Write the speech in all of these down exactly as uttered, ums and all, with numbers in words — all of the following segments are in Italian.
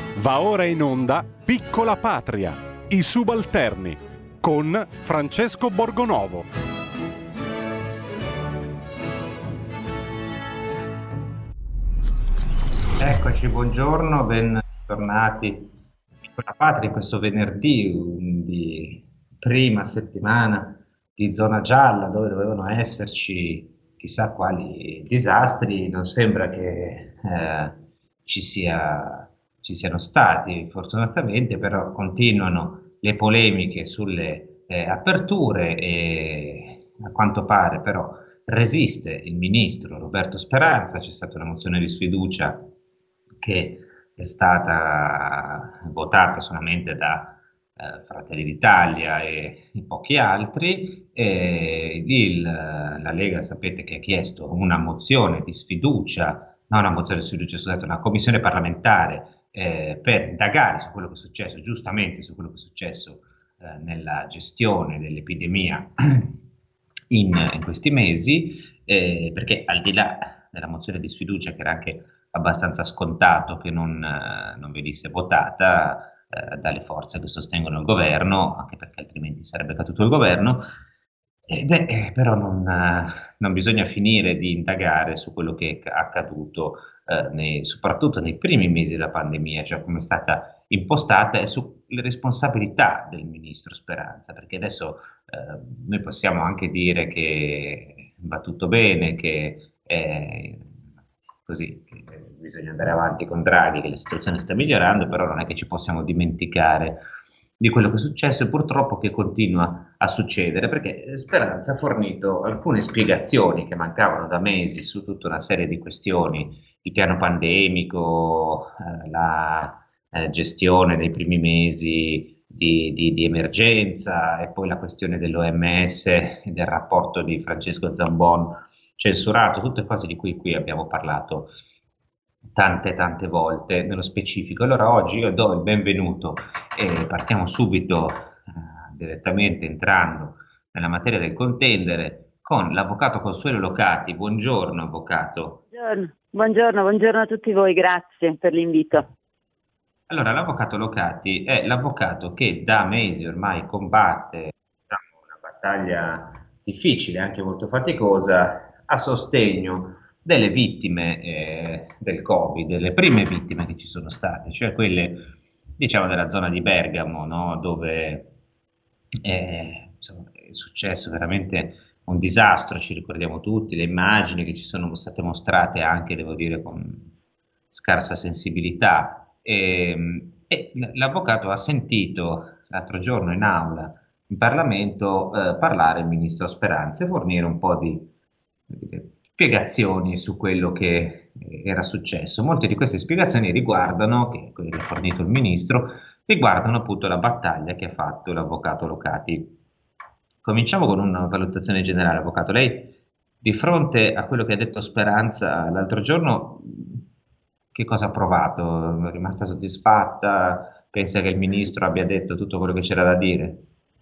Va ora in onda Piccola Patria, i subalterni, con Francesco Borgonovo. Eccoci, buongiorno, bentornati Piccola Patria in questo venerdì di prima settimana di zona gialla, dove dovevano esserci chissà quali disastri. Non sembra che eh, ci sia, ci siano stati, fortunatamente, però continuano le polemiche sulle eh, aperture e a quanto pare però resiste il ministro Roberto Speranza. C'è stata una mozione di sfiducia che è stata votata solamente da eh, Fratelli d'Italia e, e pochi altri. E il, la Lega, sapete, che ha chiesto una mozione di sfiducia, no, una mozione di sfiducia, scusate, una commissione parlamentare eh, per indagare su quello che è successo, giustamente su quello che è successo eh, nella gestione dell'epidemia in, in questi mesi, eh, perché al di là della mozione di sfiducia, che era anche abbastanza scontato che non, eh, non venisse votata eh, dalle forze che sostengono il governo, anche perché altrimenti sarebbe caduto il governo. Eh, beh, eh, però non, eh, non bisogna finire di indagare su quello che è accaduto, eh, nei, soprattutto nei primi mesi della pandemia, cioè come è stata impostata, e sulle responsabilità del ministro Speranza, perché adesso eh, noi possiamo anche dire che va tutto bene, che è così, che bisogna andare avanti con Draghi, che la situazione sta migliorando, però non è che ci possiamo dimenticare di quello che è successo e purtroppo che continua a succedere, perché Speranza ha fornito alcune spiegazioni che mancavano da mesi su tutta una serie di questioni: il piano pandemico, eh, la eh, gestione dei primi mesi di, di, di emergenza, e poi la questione dell'O M S e del rapporto di Francesco Zambon censurato, tutte cose di cui qui abbiamo parlato tante tante volte nello specifico. Allora oggi io do il benvenuto e partiamo subito eh, direttamente entrando nella materia del contendere con l'avvocato Consuelo Locati. Buongiorno avvocato. Buongiorno, buongiorno, buongiorno a tutti voi, grazie per l'invito. Allora, l'avvocato Locati è l'avvocato che da mesi ormai combatte, diciamo, una battaglia difficile, anche molto faticosa, a sostegno delle vittime eh, del Covid, delle prime vittime che ci sono state, cioè quelle, diciamo, della zona di Bergamo, no? Dove eh, insomma, è successo veramente un disastro. Ci ricordiamo tutti le immagini che ci sono state mostrate, anche, devo dire, con scarsa sensibilità. E, e l'avvocato ha sentito l'altro giorno in aula in Parlamento eh, parlare il ministro Speranza e fornire un po' di, di spiegazioni su quello che era successo. Molte di queste spiegazioni riguardano, che quelle che ha fornito il ministro, riguardano appunto la battaglia che ha fatto l'avvocato Locati. Cominciamo con una valutazione generale, avvocato. Lei, di fronte a quello che ha detto Speranza l'altro giorno, che cosa ha provato? È rimasta soddisfatta? Pensa che il ministro abbia detto tutto quello che c'era da dire?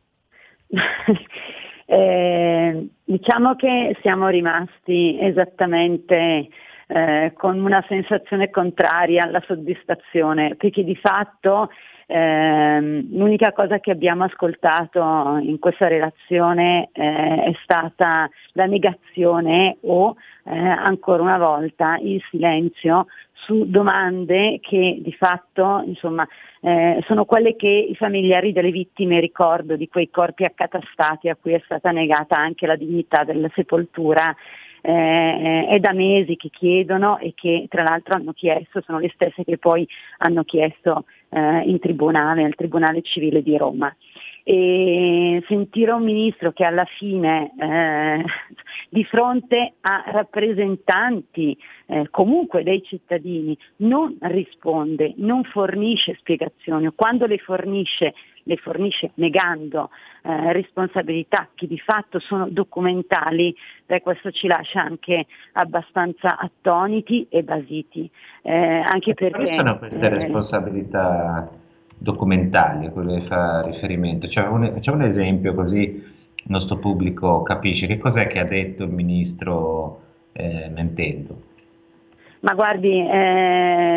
eh, diciamo che siamo rimasti esattamente eh, con una sensazione contraria alla soddisfazione, perché di fatto eh, l'unica cosa che abbiamo ascoltato in questa relazione eh, è stata la negazione o eh, ancora una volta il silenzio su domande che di fatto, insomma, eh, sono quelle che i familiari delle vittime, ricordo, di quei corpi accatastati a cui è stata negata anche la dignità della sepoltura, eh, è da mesi che chiedono, e che tra l'altro hanno chiesto, sono le stesse che poi hanno chiesto eh, in tribunale, al Tribunale Civile di Roma. E sentire un ministro che alla fine eh, di fronte a rappresentanti eh, comunque dei cittadini non risponde, non fornisce spiegazioni, o quando le fornisce le fornisce negando eh, responsabilità che di fatto sono documentali, beh, questo ci lascia anche abbastanza attoniti e basiti, eh, anche perché quali sono queste eh, responsabilità documentali a cui lei fa riferimento? Cioè, un, facciamo un esempio così il nostro pubblico capisce che cos'è che ha detto il ministro eh, mentendo. Ma guardi, eh,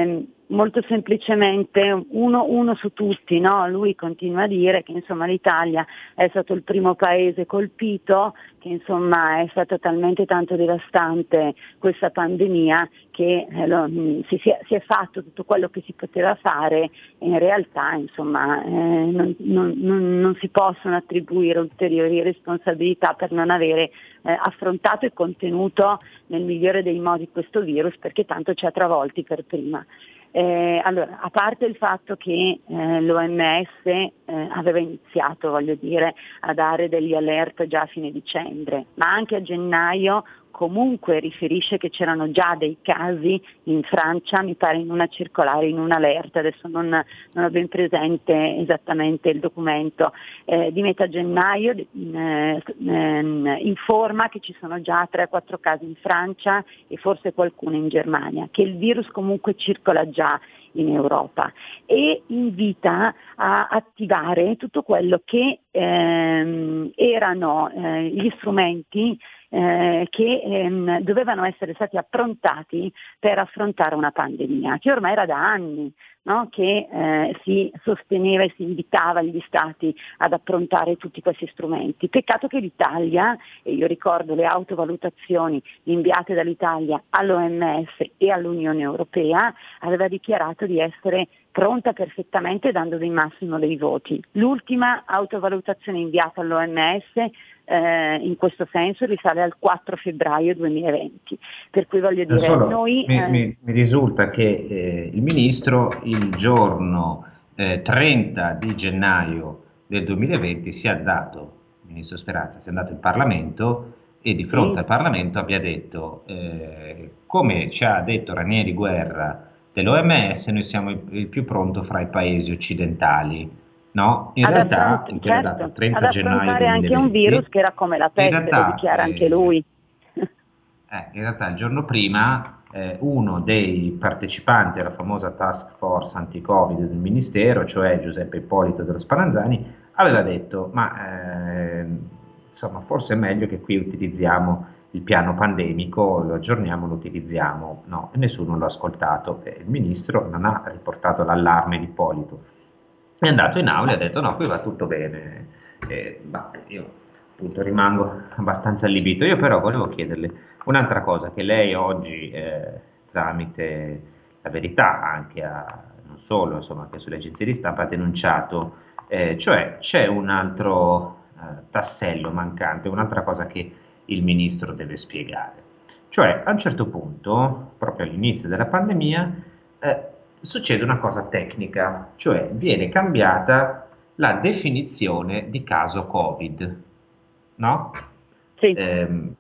molto semplicemente uno, uno su tutti, no? Lui continua a dire che insomma l'Italia è stato il primo paese colpito, che insomma è stata talmente tanto devastante questa pandemia che eh, lo, si, si, è, si è fatto tutto quello che si poteva fare e in realtà insomma eh, non, non, non, non si possono attribuire ulteriori responsabilità per non avere eh, affrontato e contenuto nel migliore dei modi questo virus, perché tanto ci ha travolti per prima. Eh, allora, a parte il fatto che eh, l'O M S eh, aveva iniziato, voglio dire, a dare degli alert già a fine dicembre, ma anche a gennaio comunque riferisce che c'erano già dei casi in Francia, mi pare in una circolare, in un'allerta, adesso non, non ho ben presente esattamente il documento, eh, di metà gennaio eh, eh, informa che ci sono già tre quattro casi in Francia e forse qualcuno in Germania, che il virus comunque circola già in Europa e invita a attivare tutto quello che ehm, erano eh, gli strumenti eh, che ehm, dovevano essere stati approntati per affrontare una pandemia che ormai era da anni, no? che eh, si sosteneva e si invitava gli stati ad approntare tutti questi strumenti. Peccato che l'Italia, e io ricordo le autovalutazioni inviate dall'Italia all'O M S e all'Unione Europea, aveva dichiarato di essere pronta perfettamente dando il massimo dei voti. L'ultima autovalutazione inviata all'O M S eh, in questo senso risale al quattro febbraio duemilaventi, per cui voglio dire Solo, noi... mi, Eh, mi- mi risulta che eh, il ministro il giorno eh, trenta di gennaio del duemilaventi sia andato, il ministro Speranza sia andato in Parlamento e di fronte sì. al Parlamento abbia detto, eh, come ci ha detto Ranieri Guerra dell'O M S, noi siamo il, il più pronto fra i paesi occidentali. No, in Ad realtà affront- in quella data, certo, trenta ad gennaio affrontare anche un duemilaventi, virus che era come la in peste, lo realtà dichiara anche eh, lui. eh, in realtà il giorno prima eh, uno dei partecipanti alla famosa task force anti-Covid del Ministero, cioè Giuseppe Ippolito dello Spallanzani, aveva detto ma eh, insomma forse è meglio che qui utilizziamo il piano pandemico, lo aggiorniamo, lo utilizziamo. No, e nessuno l'ha ascoltato. E il Ministro non ha riportato l'allarme di Ippolito. È andato in aula e ha detto no, qui va tutto bene. E, bah, io appunto rimango abbastanza allibito. Io però volevo chiederle un'altra cosa, che lei oggi eh, tramite la verità anche a, non solo, insomma, anche sulle agenzie di stampa ha denunciato, eh, cioè c'è un altro eh, tassello mancante, un'altra cosa che il ministro deve spiegare. Cioè a un certo punto, proprio all'inizio della pandemia, eh, succede una cosa tecnica, cioè viene cambiata la definizione di caso Covid, no? Sì. Ehm,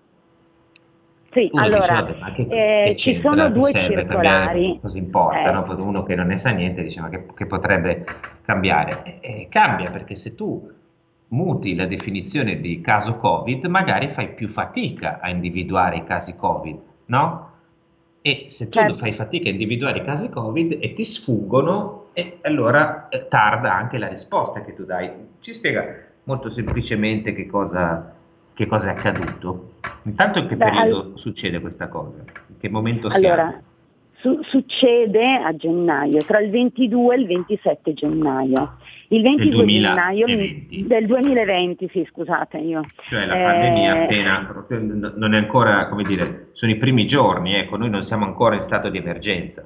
Sì, uno dice, allora, vabbè, ma che, eh, che ci sono c'entra, che due serve cambiare, circolari. cosa importa, no? Eh, Poi uno che non ne sa niente dice, ma che, che potrebbe cambiare? Eh, eh, cambia, perché se tu muti la definizione di caso Covid, magari fai più fatica a individuare i casi Covid, no? E se tu fai certo. fatica a individuare i casi Covid e ti sfuggono, e allora eh, tarda anche la risposta che tu dai. Ci spiega molto semplicemente che cosa, che cosa è accaduto? Intanto in che Beh, al- periodo succede questa cosa? In che momento siamo? allora, su- succede a gennaio, tra il ventidue e il ventisette gennaio. Il Del ventidue gennaio duemilaventi, del duemilaventi, sì, scusate io. cioè la pandemia Eh, appena, proprio n- non è ancora, come dire, sono i primi giorni, ecco, noi non siamo ancora in stato di emergenza.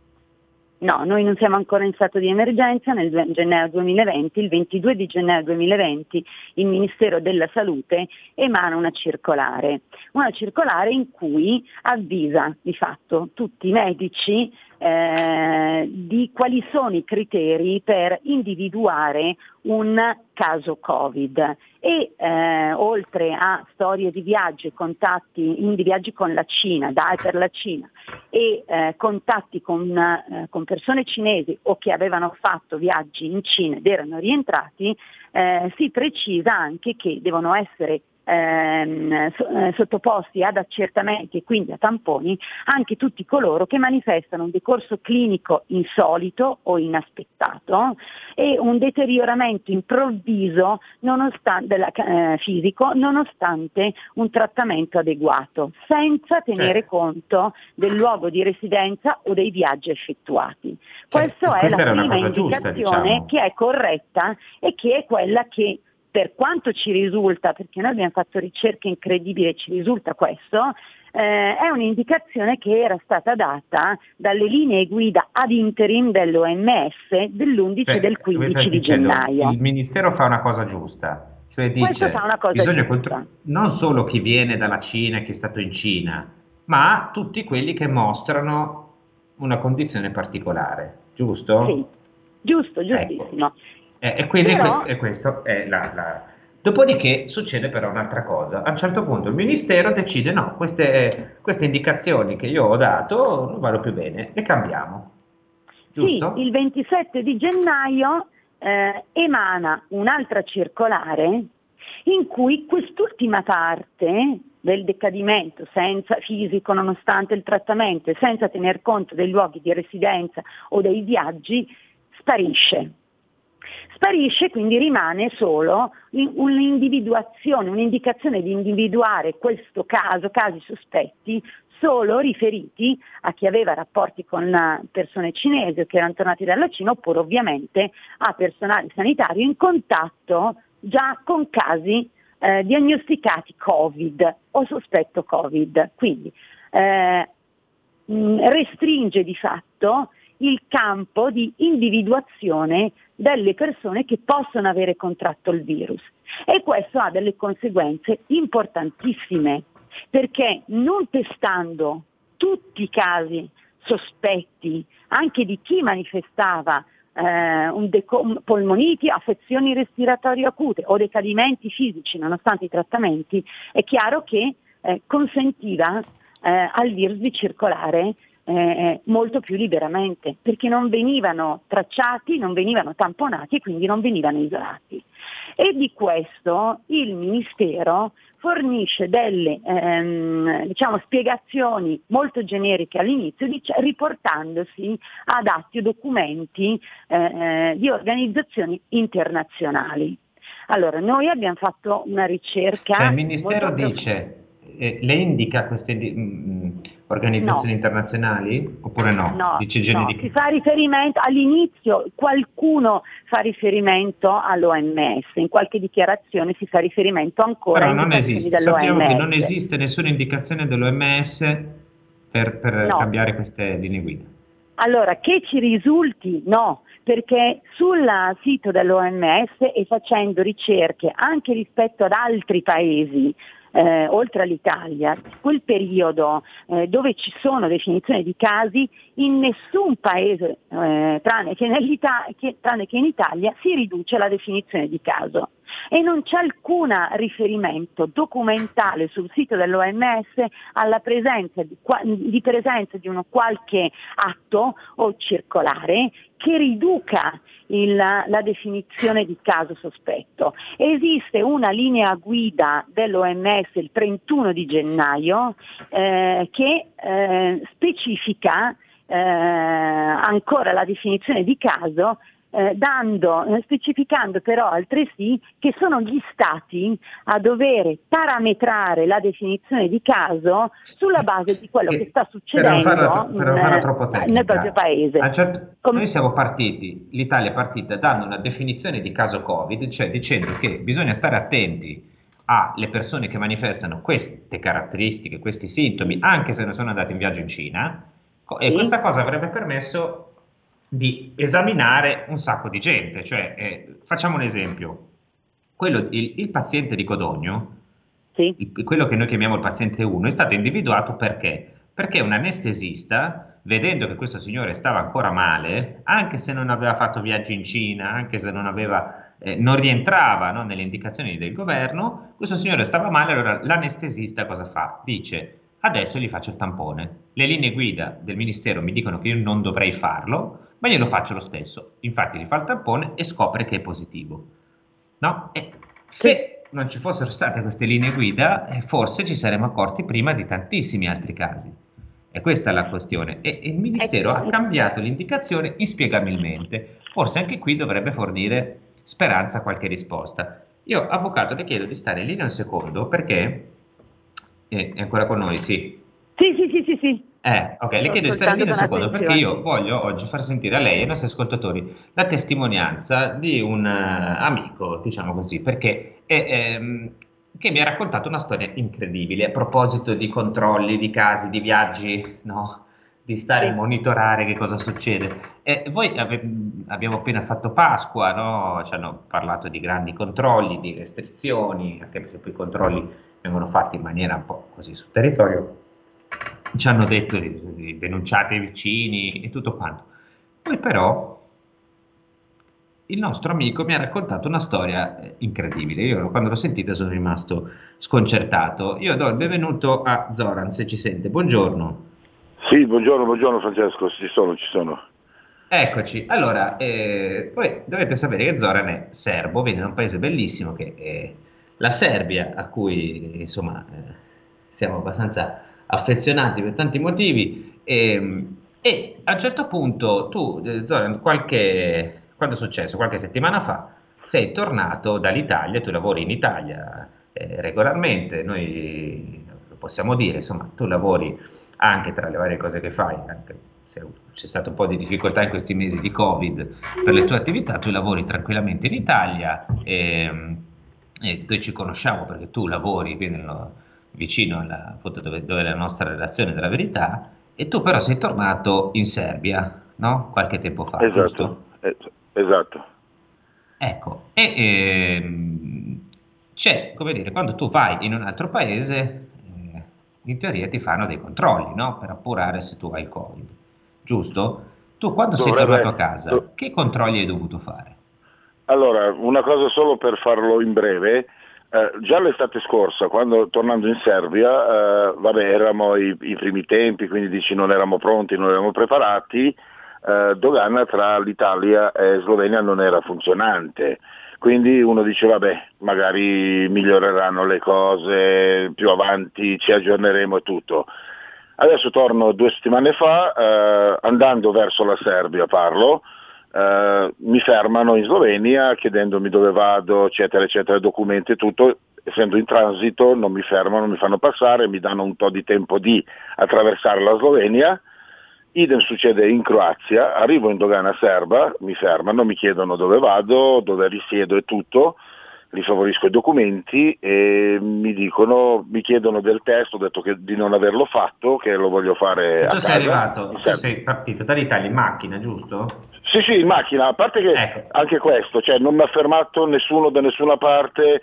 No, noi non siamo ancora in stato di emergenza. Nel due- gennaio duemilaventi, il ventidue di gennaio duemilaventi, il Ministero della Salute emana una circolare, una circolare in cui avvisa di fatto tutti i medici eh, di quali sono i criteri per individuare un caso Covid e eh, oltre a storie di viaggi, contatti in, di viaggi con la Cina, da e per la Cina e eh, contatti con, eh, con persone cinesi o che avevano fatto viaggi in Cina ed erano rientrati, eh, si precisa anche che devono essere ehm, so, eh, sottoposti ad accertamenti e quindi a tamponi anche tutti coloro che manifestano un decorso clinico insolito o inaspettato e un deterioramento improvviso nonostante, della, eh, fisico nonostante un trattamento adeguato, senza tenere certo. conto del luogo di residenza o dei viaggi effettuati. Certo, Questa è la prima giusta, indicazione diciamo. che è corretta e che è quella che, per quanto ci risulta, perché noi abbiamo fatto ricerche incredibili e ci risulta questo, eh, è un'indicazione che era stata data dalle linee guida ad interim dell'O M S dell'undici Cioè, e del come stai quindici di dicendo, gennaio. il Ministero fa una cosa giusta, cioè Questo fa dice una cosa bisogna giusta. contro- non solo chi viene dalla Cina e chi è stato in Cina, ma tutti quelli che mostrano una condizione particolare, giusto? Sì, giusto, Ecco. giustissimo. E, e quindi Però, que- e questo è la, la- Dopodiché succede però un'altra cosa. A un certo punto il Ministero decide no, queste, queste indicazioni che io ho dato non vanno più bene, le cambiamo. sì, Giusto? il ventisette di gennaio eh, emana un'altra circolare in cui quest'ultima parte del decadimento senza fisico nonostante il trattamento e senza tener conto dei luoghi di residenza o dei viaggi sparisce. Sparisce, quindi rimane solo un'individuazione, un'indicazione di individuare questo caso, casi sospetti, solo riferiti a chi aveva rapporti con persone cinesi o che erano tornati dalla Cina, oppure ovviamente a personale sanitario in contatto già con casi eh, diagnosticati Covid o sospetto Covid. Quindi eh, mh, restringe di fatto il campo di individuazione delle persone che possono avere contratto il virus, e questo ha delle conseguenze importantissime, perché non testando tutti i casi sospetti anche di chi manifestava eh, un deco- polmoniti, affezioni respiratorie acute o decadimenti fisici nonostante i trattamenti, è chiaro che eh, consentiva eh, al virus di circolare Eh, molto più liberamente, perché non venivano tracciati, non venivano tamponati e quindi non venivano isolati. E di questo il Ministero fornisce delle ehm, diciamo, spiegazioni molto generiche all'inizio, dic- riportandosi ad atti o documenti eh, di organizzazioni internazionali. Allora, noi abbiamo fatto una ricerca. Cioè il Ministero molto dice, eh, le indica queste indi- mh, organizzazioni No. internazionali oppure no? No, Dice no, si generic- fa riferimento, all'inizio qualcuno fa riferimento all'O M S, in qualche dichiarazione si fa riferimento ancora Però a non indicazioni esiste, sappiamo che non dell'O M S. esiste nessuna indicazione dell'O M S per, per No. cambiare queste linee guida. Allora, che ci risulti? No, perché sul sito dell'O M S e facendo ricerche anche rispetto ad altri paesi, eh, oltre all'Italia, quel periodo eh, dove ci sono definizioni di casi, in nessun paese, eh, tranne, che che, tranne che in Italia, si riduce la definizione di caso. E non c'è alcun riferimento documentale sul sito dell'O M S alla presenza di, di presenza di uno qualche atto o circolare che riduca il, la definizione di caso sospetto. Esiste una linea guida dell'O M S il trentuno di gennaio eh, che eh, specifica eh, ancora la definizione di caso, Eh, dando, eh, specificando però altresì che sono gli stati a dover parametrare la definizione di caso sulla base di quello Eh, che sta per non succedendo farla, per non farla troppo in, tecnica, nel proprio paese. a un certo- Com- noi siamo partiti, l'Italia è partita dando una definizione di caso Covid, cioè dicendo che bisogna stare attenti alle persone che manifestano queste caratteristiche, questi sintomi, anche se non sono andati in viaggio in Cina, e Sì. questa cosa avrebbe permesso di esaminare un sacco di gente. Cioè, eh, facciamo un esempio, quello, il, il paziente di Codogno, Sì. il- quello che noi chiamiamo il paziente uno, è stato individuato perché? Perché un anestesista, vedendo che questo signore stava ancora male, anche se non aveva fatto viaggi in Cina, anche se non aveva, eh, non rientrava, no, nelle indicazioni del governo, questo signore stava male, allora l'anestesista cosa fa? Dice: adesso gli faccio il tampone. Le linee guida del Ministero mi dicono che io non dovrei farlo, ma io lo faccio lo stesso. Infatti gli fa il tampone e scopre che è positivo. No? E se non ci fossero state queste linee guida, eh, forse ci saremmo accorti prima di tantissimi altri casi. E questa è la questione. E, e il Ministero ha cambiato l'indicazione inspiegabilmente. Forse anche qui dovrebbe fornire speranza a qualche risposta. Io, avvocato, le chiedo di stare in linea un secondo perché... Eh, è ancora con noi, sì? Sì, sì, sì, sì, sì. Eh, ok, le chiedo di stare in linea un secondo perché io voglio oggi far sentire a lei e ai nostri ascoltatori la testimonianza di un uh, amico, diciamo così, perché è, ehm, che mi ha raccontato una storia incredibile a proposito di controlli, di casi, di viaggi, no? Di stare a monitorare che cosa succede. E voi ave- abbiamo appena fatto Pasqua, no? Ci hanno parlato di grandi controlli, di restrizioni, anche se poi i controlli vengono fatti in maniera un po' così sul territorio. Ci hanno detto di, di denunciate i vicini e tutto quanto. Poi però il nostro amico mi ha raccontato una storia incredibile. Io quando l'ho sentita sono rimasto sconcertato. Io do il benvenuto a Zoran, se ci sente. Buongiorno. Sì, buongiorno, buongiorno Francesco, ci sono, ci sono. Eccoci. Allora, eh, voi dovete sapere che Zoran è serbo, viene da un paese bellissimo che è la Serbia, a cui insomma eh, siamo abbastanza affezionati per tanti motivi. E, e a un certo punto tu, eh, Zoran, qualche... quando è successo? Qualche settimana fa sei tornato dall'Italia, tu lavori in Italia eh, regolarmente, noi lo possiamo dire, insomma, tu lavori anche tra le varie cose che fai, anche se c'è stato un po' di difficoltà in questi mesi di Covid per le tue attività, tu lavori tranquillamente in Italia e, e noi ci conosciamo perché tu lavori qui nel, vicino alla, appunto dove, dove è la nostra redazione della Verità, e tu però sei tornato in Serbia, no? Qualche tempo fa, esatto, giusto? Es- esatto. Ecco, e ehm, c'è, come dire, quando tu vai in un altro paese, eh, in teoria ti fanno dei controlli, no? Per appurare se tu hai il Covid, giusto? Tu quando sei Dovrebbe- tornato a casa, do- che controlli hai dovuto fare? Allora, una cosa solo per farlo in breve, eh, già l'estate scorsa, quando tornando in Serbia, eh, vabbè, eravamo i, i primi tempi, quindi dici non eravamo pronti, non eravamo preparati, eh, dogana tra l'Italia e Slovenia non era funzionante, quindi uno dice vabbè, magari miglioreranno le cose, più avanti ci aggiorneremo e tutto. Adesso torno due settimane fa, eh, andando verso la Serbia parlo, eh, mi fermano in Slovenia chiedendomi dove vado, eccetera, eccetera, documenti e tutto. Essendo in transito non mi fermano, mi fanno passare, mi danno un po' di tempo di attraversare la Slovenia. Idem succede in Croazia, arrivo in dogana serba, mi fermano, mi chiedono dove vado, dove risiedo e tutto, li favorisco i documenti e mi dicono, mi chiedono del test, ho detto che di non averlo fatto, che lo voglio fare Tu a sei casa. arrivato, in tu Serbia. sei partito dall'Italia in macchina, giusto? Sì, sì, in macchina, a parte che Ecco. anche questo, cioè non mi ha fermato nessuno da nessuna parte,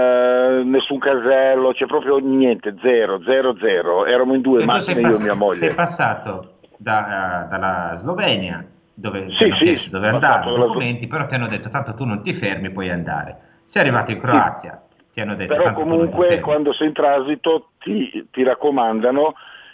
eh, nessun casello, c'è proprio niente, zero, zero, zero. Eravamo in due E tu sei, macchine, io pass- e mia moglie. sei passato da, eh, dalla Slovenia, dove ti Sì, hanno sì, chiesto dove passato andavi, i dalla Slo- documenti, però ti hanno detto tanto tu non ti fermi, puoi andare. Sei arrivato in Croazia, ti hanno detto Però tanto tu non ti comunque fermi. quando sei in transito ti, ti raccomandano,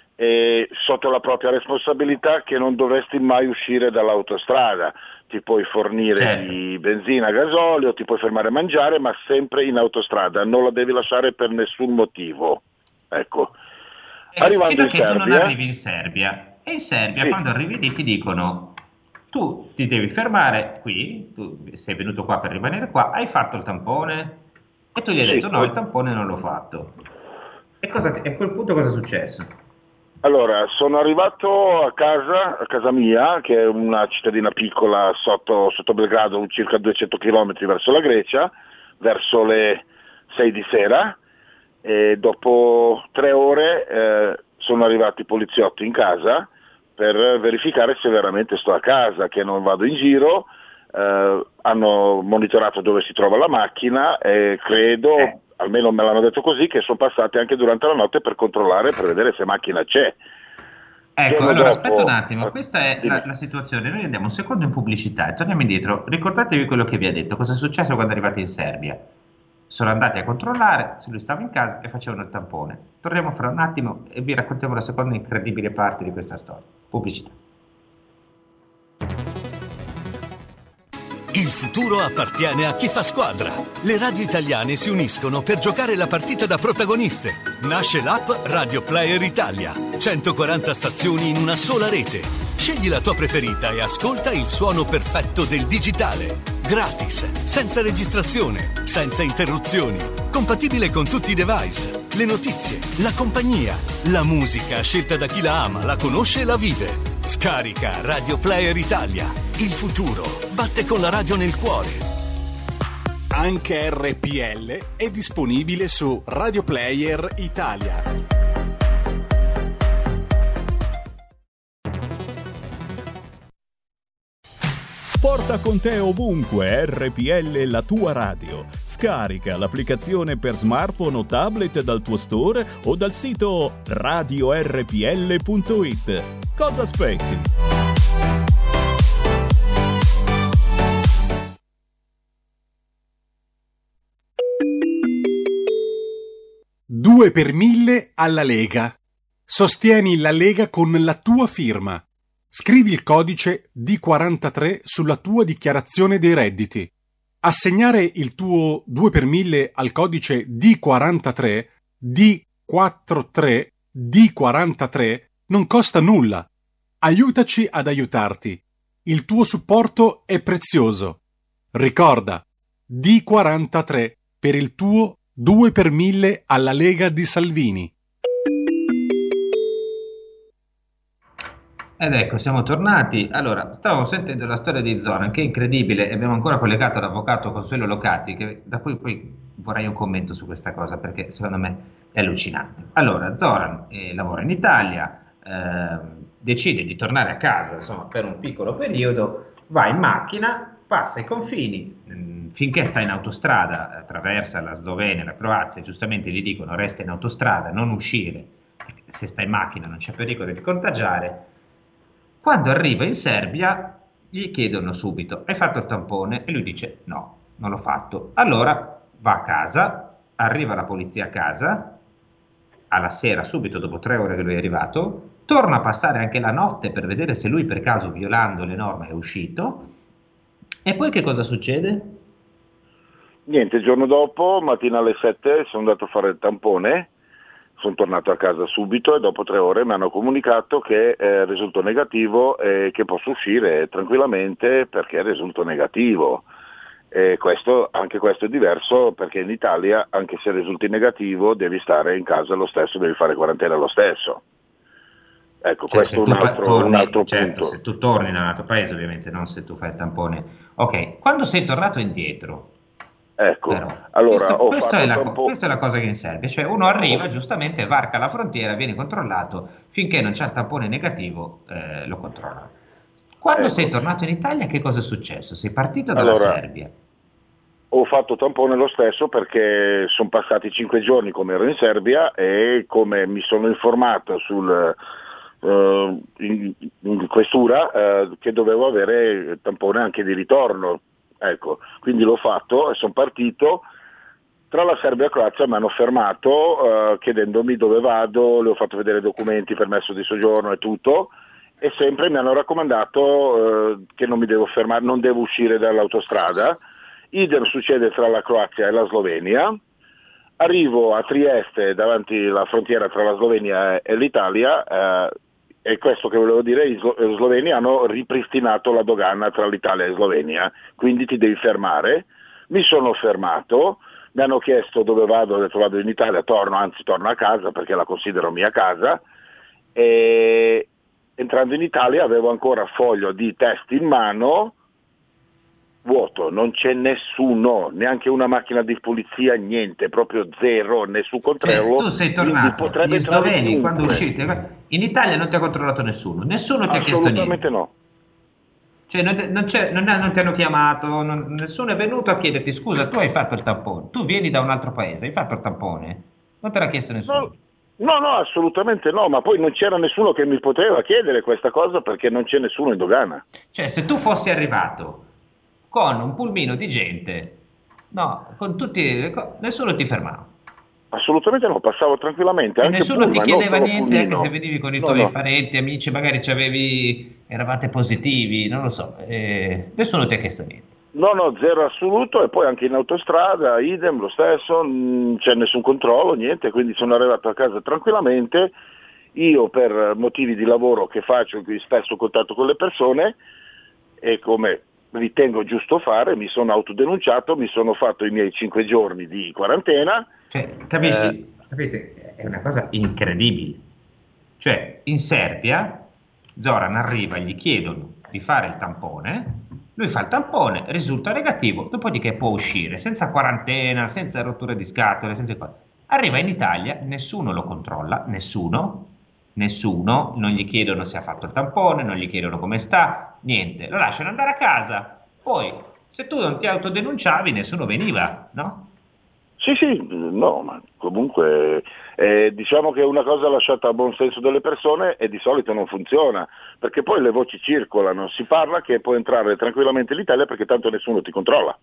eh, sotto la propria responsabilità, che non dovresti mai uscire dall'autostrada. Ti puoi fornire Certo. di benzina, gasolio, ti puoi fermare a mangiare, ma sempre in autostrada, non la devi lasciare per nessun motivo. Ecco. Eh, Arrivando fino a in che tu non Serbia, arrivi in Serbia. E in Serbia, Sì. quando arrivi lì, ti dicono: tu ti devi fermare qui, tu sei venuto qua per rimanere qua, hai fatto il tampone? E tu gli hai Sì, detto: no, ho- il tampone non l'ho fatto. E, cosa ti- e a quel punto cosa è successo? allora, sono arrivato a casa, a casa mia, che è una cittadina piccola sotto, sotto Belgrado, circa duecento chilometri verso la Grecia, verso le sei di sera, e dopo tre ore eh, sono arrivati i poliziotti in casa per verificare se veramente sto a casa, che non vado in giro. Eh, hanno monitorato dove si trova la macchina e credo, Eh. almeno me l'hanno detto così, che sono passati anche durante la notte per controllare, per vedere se macchina c'è. Ecco, Giorno allora dopo- aspetta un attimo, eh, questa è dimmi. la, la situazione. Noi andiamo un secondo in pubblicità e torniamo indietro. Ricordatevi quello che vi ha detto, cosa è successo quando arrivate in Serbia. Sono andati a controllare se lui stava in casa e facevano il tampone. Torniamo fra un attimo e vi raccontiamo la seconda incredibile parte di questa storia. Pubblicità. Il futuro appartiene a chi fa squadra. Le radio italiane si uniscono per giocare la partita da protagoniste. Nasce l'app Radio Player Italia. centoquaranta stazioni in una sola rete. Scegli la tua preferita e ascolta il suono perfetto del digitale. Gratis, senza registrazione, senza interruzioni. Compatibile con tutti i device. Le notizie, la compagnia, la musica scelta da chi la ama, la conosce e la vive. Scarica Radio Player Italia. Il futuro batte con la radio nel cuore. Anche R P L è disponibile su Radio Player Italia. Porta con te ovunque R P L, la tua radio. Scarica l'applicazione per smartphone o tablet dal tuo store o dal sito radio r p l punto i t. Cosa aspetti? due per mille alla Lega. Sostieni la Lega con la tua firma. Scrivi il codice D quarantatré sulla tua dichiarazione dei redditi. Assegnare il tuo due per mille al codice D quarantatré, D quarantatré, D quarantatré non costa nulla. Aiutaci ad aiutarti. Il tuo supporto è prezioso. Ricorda, D quarantatré per il tuo due per mille alla Lega di Salvini. Ed ecco, siamo tornati. Allora, stavamo sentendo la storia di Zoran, che è incredibile, e abbiamo ancora collegato l'avvocato Consuelo Locati, che, da cui poi vorrei un commento su questa cosa, perché secondo me è allucinante. Allora, Zoran eh, lavora in Italia, eh, decide di tornare a casa, insomma, per un piccolo periodo, va in macchina, passa i confini, mh, finché sta in autostrada, attraversa la Slovenia, la Croazia, giustamente gli dicono resta in autostrada, non uscire, perché se sta in macchina non c'è pericolo di contagiare. Quando arriva in Serbia gli chiedono subito, hai fatto il tampone? E lui dice no, non l'ho fatto. Allora va a casa, arriva la polizia a casa, alla sera, subito dopo tre ore che lui è arrivato, torna a passare anche la notte per vedere se lui per caso violando le norme è uscito. E poi che cosa succede? Niente, il giorno dopo, mattina alle sette, sono andato a fare il tampone. Sono tornato a casa subito e dopo tre ore mi hanno comunicato che eh, risulto negativo e che posso uscire tranquillamente perché risulto negativo. E questo, anche questo è diverso perché in Italia, anche se risulti negativo, devi stare in casa lo stesso, devi fare quarantena lo stesso. Ecco, cioè, questo è un altro, torni, un altro certo, punto. Se tu torni da un altro paese, ovviamente, non se tu fai il tampone. Ok, quando sei tornato indietro? Ecco, Però, allora, questo, ho questo è la, tempo... questa è la cosa che in Serbia, cioè uno arriva giustamente, varca la frontiera, viene controllato, finché non c'è il tampone negativo eh, lo controllano. Quando ecco. sei tornato in Italia che cosa è successo? Sei partito dalla allora, Serbia? Ho fatto tampone lo stesso perché sono passati cinque giorni come ero in Serbia e come mi sono informato sul... Uh, in, in questura uh, che dovevo avere tampone anche di ritorno, ecco, quindi l'ho fatto e sono partito. Tra la Serbia e la Croazia mi hanno fermato uh, chiedendomi dove vado, le ho fatto vedere documenti, permesso di soggiorno e tutto, e sempre mi hanno raccomandato uh, che non mi devo fermare, non devo uscire dall'autostrada. Idem succede tra la Croazia e la Slovenia. Arrivo a Trieste, davanti alla frontiera tra la Slovenia e l'Italia, uh, e questo che volevo dire, i sloveni hanno ripristinato la dogana tra l'Italia e Slovenia, quindi ti devi fermare. Mi sono fermato, mi hanno chiesto dove vado, ho detto vado in Italia, torno, anzi torno a casa perché la considero mia casa, e entrando in Italia avevo ancora foglio di test in mano, vuoto, non c'è nessuno, neanche una macchina di polizia, niente, proprio zero, nessun controllo. Cioè, tu sei tornato, gli sloveni quando uscite, in Italia non ti ha controllato nessuno, nessuno ti ha chiesto niente. Assolutamente no. Cioè non, non, c'è, non, non ti hanno chiamato, non, nessuno è venuto a chiederti scusa, tu hai fatto il tampone, tu vieni da un altro paese, hai fatto il tampone, non te l'ha chiesto nessuno. No, no, no, assolutamente no, ma poi non c'era nessuno che mi poteva chiedere questa cosa perché non c'è nessuno in dogana. Cioè se tu fossi arrivato con un pulmino di gente, no, con tutti, nessuno ti fermava. Assolutamente no, passavo tranquillamente. Cioè, anche nessuno pullman, ti chiedeva niente, pulmino. Anche se venivi con i no, tuoi no. parenti, amici, magari c'avevi, eravate positivi, non lo so, eh, nessuno ti ha chiesto niente. No, no, zero assoluto, e poi anche in autostrada, idem, lo stesso, non c'è nessun controllo, niente, quindi sono arrivato a casa tranquillamente. Io per motivi di lavoro che faccio, in cui spesso contatto con le persone, e come ritengo giusto fare, mi sono autodenunciato, mi sono fatto i miei cinque giorni di quarantena. Cioè, capisci? Eh, Capite? È una cosa incredibile. Cioè, in Serbia, Zoran arriva, gli chiedono di fare il tampone, lui fa il tampone, risulta negativo, dopodiché può uscire, senza quarantena, senza rotture di scatole, senza cose. Arriva in Italia, nessuno lo controlla, nessuno, nessuno, non gli chiedono se ha fatto il tampone, non gli chiedono come sta, niente, lo lasciano andare a casa. Poi, se tu non ti autodenunciavi, nessuno veniva, no? Sì, sì, no, ma comunque eh, diciamo che è una cosa lasciata a buon senso delle persone e di solito non funziona, perché poi le voci circolano, si parla che può entrare tranquillamente in Italia perché tanto nessuno ti controlla.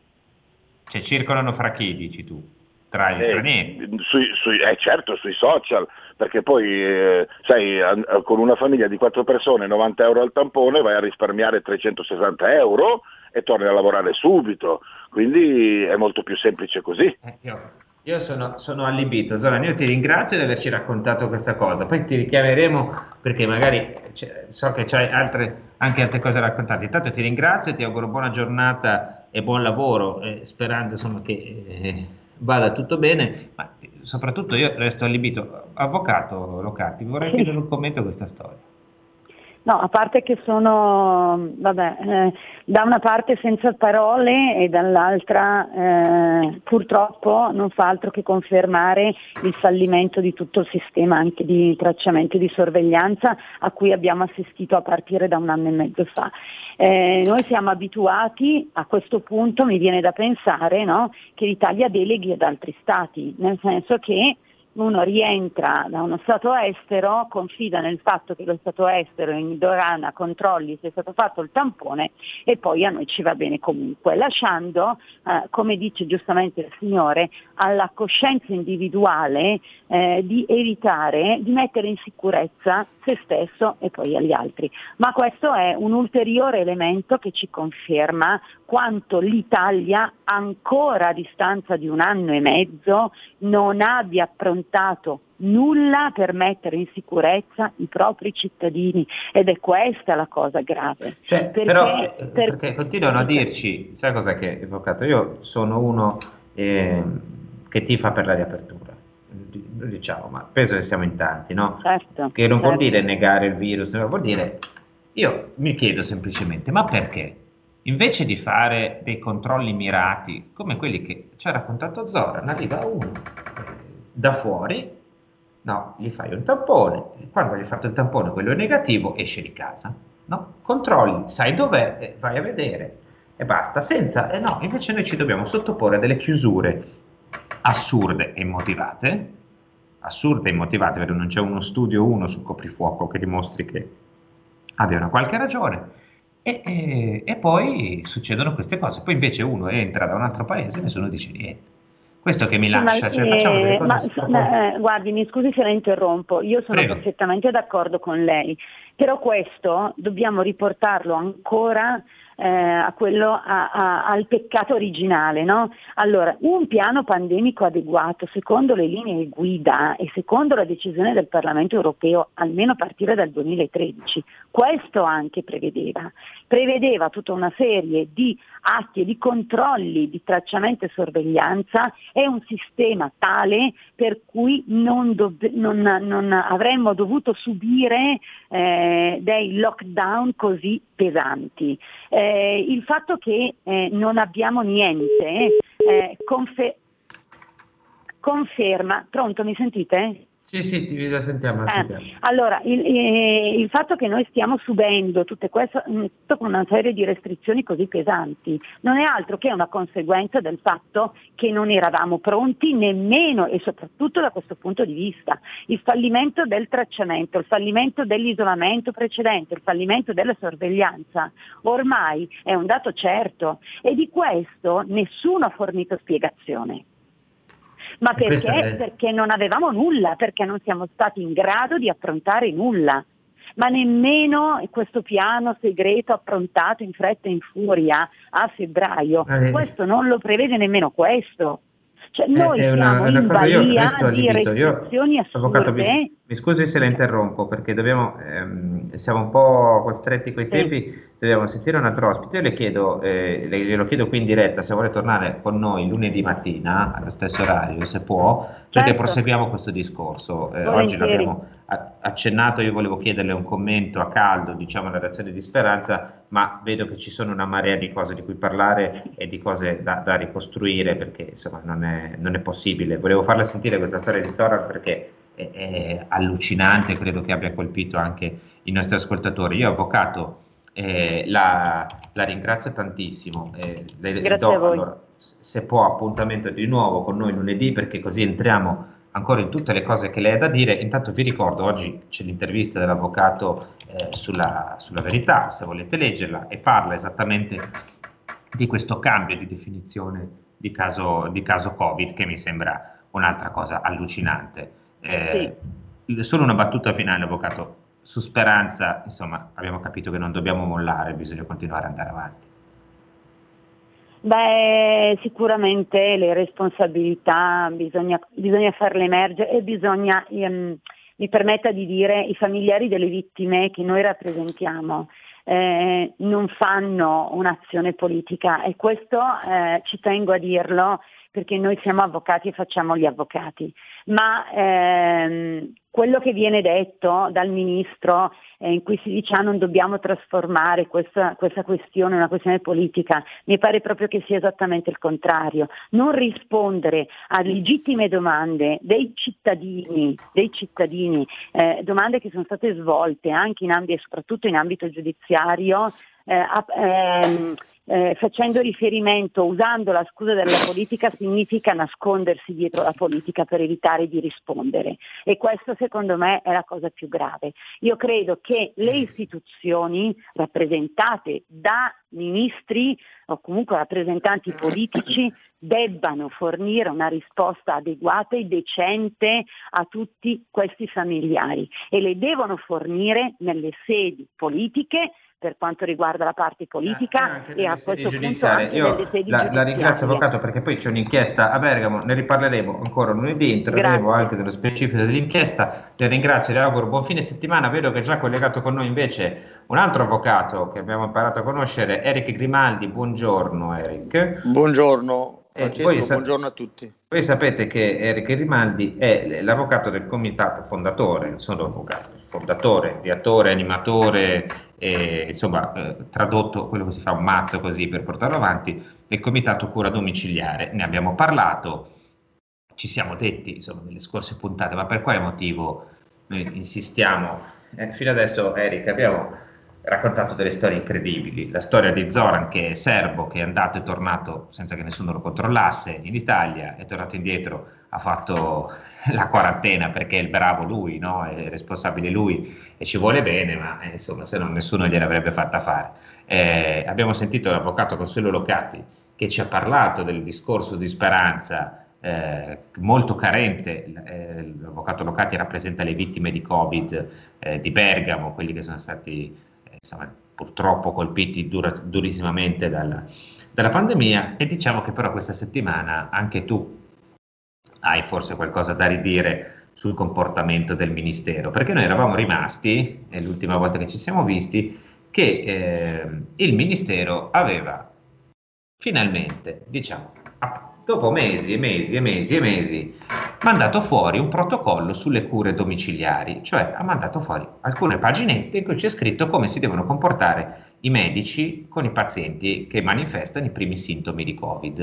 Cioè, circolano fra chi, dici tu? Tra gli Eh, stranieri? sui, sui, eh, certo, sui social, perché poi eh, sai, a, a, con una famiglia di quattro persone novanta euro al tampone vai a risparmiare trecentosessanta euro e torni a lavorare subito, quindi è molto più semplice così. Eh, io, io sono, sono allibito, Zoran, io ti ringrazio di averci raccontato questa cosa, poi ti richiameremo perché magari so che c'hai altre, anche altre cose da raccontare. Intanto ti ringrazio, ti auguro buona giornata e buon lavoro, eh, sperando insomma che eh, vada tutto bene, ma soprattutto io resto allibito. Avvocato Locati, vorrei chiedere un commento a questa storia. No, a parte che sono, vabbè, eh, da una parte senza parole e dall'altra eh, purtroppo non fa altro che confermare il fallimento di tutto il sistema anche di tracciamento e di sorveglianza a cui abbiamo assistito a partire da un anno e mezzo fa. Eh, noi siamo abituati, a questo punto mi viene da pensare, no, che l'Italia deleghi ad altri stati, nel senso che uno rientra da uno stato estero, confida nel fatto che lo stato estero in dogana controlli se è stato fatto il tampone e poi a noi ci va bene comunque, lasciando, eh, come dice giustamente il signore, alla coscienza individuale eh, di evitare di mettere in sicurezza se stesso e poi agli altri. Ma questo è un ulteriore elemento che ci conferma quanto l'Italia, ancora a distanza di un anno e mezzo, non abbia approntato nulla per mettere in sicurezza i propri cittadini, ed è questa la cosa grave. Cioè, perché, però, eh, per... perché continuano a dirci, sai cosa che, avvocato, io sono uno eh, che tifa per la riapertura, diciamo, ma penso che siamo in tanti, no? Certo, che non certo. vuol dire negare il virus, non vuol dire, io mi chiedo semplicemente, ma perché? Invece di fare dei controlli mirati, come quelli che ci ha raccontato Zoran, arriva uno da fuori, no, gli fai un tampone, quando gli hai fatto il tampone quello è negativo, esce di casa, no? Controlli, sai dov'è, eh, vai a vedere e basta, senza, eh no, invece noi ci dobbiamo sottoporre a delle chiusure assurde e immotivate, assurde e immotivate, perché non c'è uno studio uno sul coprifuoco che dimostri che abbia una qualche ragione. E, e, e poi succedono queste cose, poi invece uno entra da un altro paese e nessuno dice niente. Questo che mi lascia, ma, cioè facciamo delle cose. Ma, eh, guardi, mi scusi se la interrompo, io sono Prego. perfettamente d'accordo con lei, però questo dobbiamo riportarlo ancora eh, a quello, a, a, al peccato originale, no? Allora, un piano pandemico adeguato, secondo le linee guida e secondo la decisione del Parlamento europeo, almeno a partire dal duemilatredici, questo anche prevedeva. Prevedeva tutta una serie di atti e di controlli di tracciamento e sorveglianza e un sistema tale per cui non, dov- non, non avremmo dovuto subire eh, dei lockdown così pesanti. Eh, il fatto che eh, non abbiamo niente eh, confer- conferma, pronto, mi sentite? Sì, sì, ti la sentiamo, la Eh, sentiamo. allora, il, eh, il fatto che noi stiamo subendo tutte queste, tutto con una serie di restrizioni così pesanti non è altro che una conseguenza del fatto che non eravamo pronti nemmeno e soprattutto da questo punto di vista. Il fallimento del tracciamento, il fallimento dell'isolamento precedente, il fallimento della sorveglianza ormai è un dato certo e di questo nessuno ha fornito spiegazione. Ma perché? È... Perché non avevamo nulla, perché non siamo stati in grado di approntare nulla, ma nemmeno questo piano segreto approntato in fretta e in furia a febbraio. Eh, questo non lo prevede nemmeno questo. Cioè, noi è siamo una, una in cosa, io balia resto di allibito. restrizioni Io, avvocato, assurde. mi, mi scusi se la interrompo perché dobbiamo, ehm, siamo un po' costretti coi Sì. tempi, dobbiamo sentire un altro ospite. Io le chiedo, eh, le, glielo chiedo qui in diretta se vuole tornare con noi lunedì mattina allo stesso orario, se può, perché Certo. proseguiamo questo discorso. Eh, oggi Volentieri. l'abbiamo a- accennato, io volevo chiederle un commento a caldo, diciamo, alla reazione di Speranza, ma vedo che ci sono una marea di cose di cui parlare e di cose da, da ricostruire perché insomma non è, non è possibile. Volevo farla sentire questa storia di Zoran perché è, è allucinante, credo che abbia colpito anche i nostri ascoltatori. Io, avvocato, eh, la, la ringrazio tantissimo. Eh, le, le Grazie do, a voi. allora, se può, appuntamento di nuovo con noi lunedì perché così entriamo ancora in tutte le cose che lei ha da dire. Intanto vi ricordo, oggi c'è l'intervista dell'avvocato eh, sulla, sulla Verità, se volete leggerla, e parla esattamente di questo cambio di definizione di caso, di caso Covid, che mi sembra un'altra cosa allucinante. Eh, sì. Solo una battuta finale, avvocato. Su Speranza, insomma, abbiamo capito che non dobbiamo mollare, bisogna continuare ad andare avanti. Beh, sicuramente le responsabilità bisogna, bisogna farle emergere e bisogna, ehm, mi permetta di dire, i familiari delle vittime che noi rappresentiamo eh, non fanno un'azione politica e questo eh, ci tengo a dirlo perché noi siamo avvocati e facciamo gli avvocati, ma ehm, quello che viene detto dal ministro eh, in cui si dice ah non dobbiamo trasformare questa, questa questione in una questione politica, mi pare proprio che sia esattamente il contrario. Non rispondere a legittime domande dei cittadini, dei cittadini eh, domande che sono state svolte anche in ambito, soprattutto in ambito giudiziario, eh, a, ehm, Eh, facendo riferimento, usando la scusa della politica, significa nascondersi dietro la politica per evitare di rispondere e questo secondo me è la cosa più grave. Io credo che le istituzioni rappresentate da ministri o comunque rappresentanti politici debbano fornire una risposta adeguata e decente a tutti questi familiari e le devono fornire nelle sedi politiche per quanto riguarda la parte politica eh, e a questo punto anche Io nelle sedi la, la ringrazio, giudiziarie. avvocato, perché poi c'è un'inchiesta a Bergamo, ne riparleremo ancora lunedì, entreremo Grazie. anche nello specifico dell'inchiesta. Le ringrazio, le auguro buon fine settimana. Vedo che è già collegato con noi invece un altro avvocato che abbiamo imparato a conoscere, Eric Grimaldi. Buongiorno Eric. Buongiorno Francesco, Eh, sa- buongiorno a tutti. Voi sapete che Eric Grimaldi è l'avvocato del comitato fondatore, sono avvocato, fondatore, ideatore, animatore, e, insomma, eh, tradotto quello che si fa un mazzo così per portarlo avanti, del comitato cura domiciliare. Ne abbiamo parlato, ci siamo detti, insomma, nelle scorse puntate, ma per quale motivo noi insistiamo? Eh, fino adesso, Eric, abbiamo raccontato delle storie incredibili, la storia di Zoran, che è serbo, che è andato e tornato senza che nessuno lo controllasse in Italia, è tornato indietro, ha fatto la quarantena perché è il bravo lui, no? È responsabile lui e ci vuole bene, ma eh, insomma, se no nessuno gliel'avrebbe fatta fare. Eh, abbiamo sentito l'avvocato Consuelo Locati che ci ha parlato del discorso di Speranza, eh, molto carente. Eh, l'avvocato Locati rappresenta le vittime di Covid eh, di Bergamo, quelli che sono stati eh, insomma, purtroppo colpiti dura, durissimamente dalla, dalla pandemia, e diciamo che però questa settimana anche tu hai forse qualcosa da ridire sul comportamento del Ministero, perché noi eravamo rimasti, è l'ultima volta che ci siamo visti, che eh, il Ministero aveva finalmente, diciamo, dopo mesi e mesi e mesi e mesi, mandato fuori un protocollo sulle cure domiciliari, cioè ha mandato fuori alcune paginette in cui c'è scritto come si devono comportare i medici con i pazienti che manifestano i primi sintomi di Covid.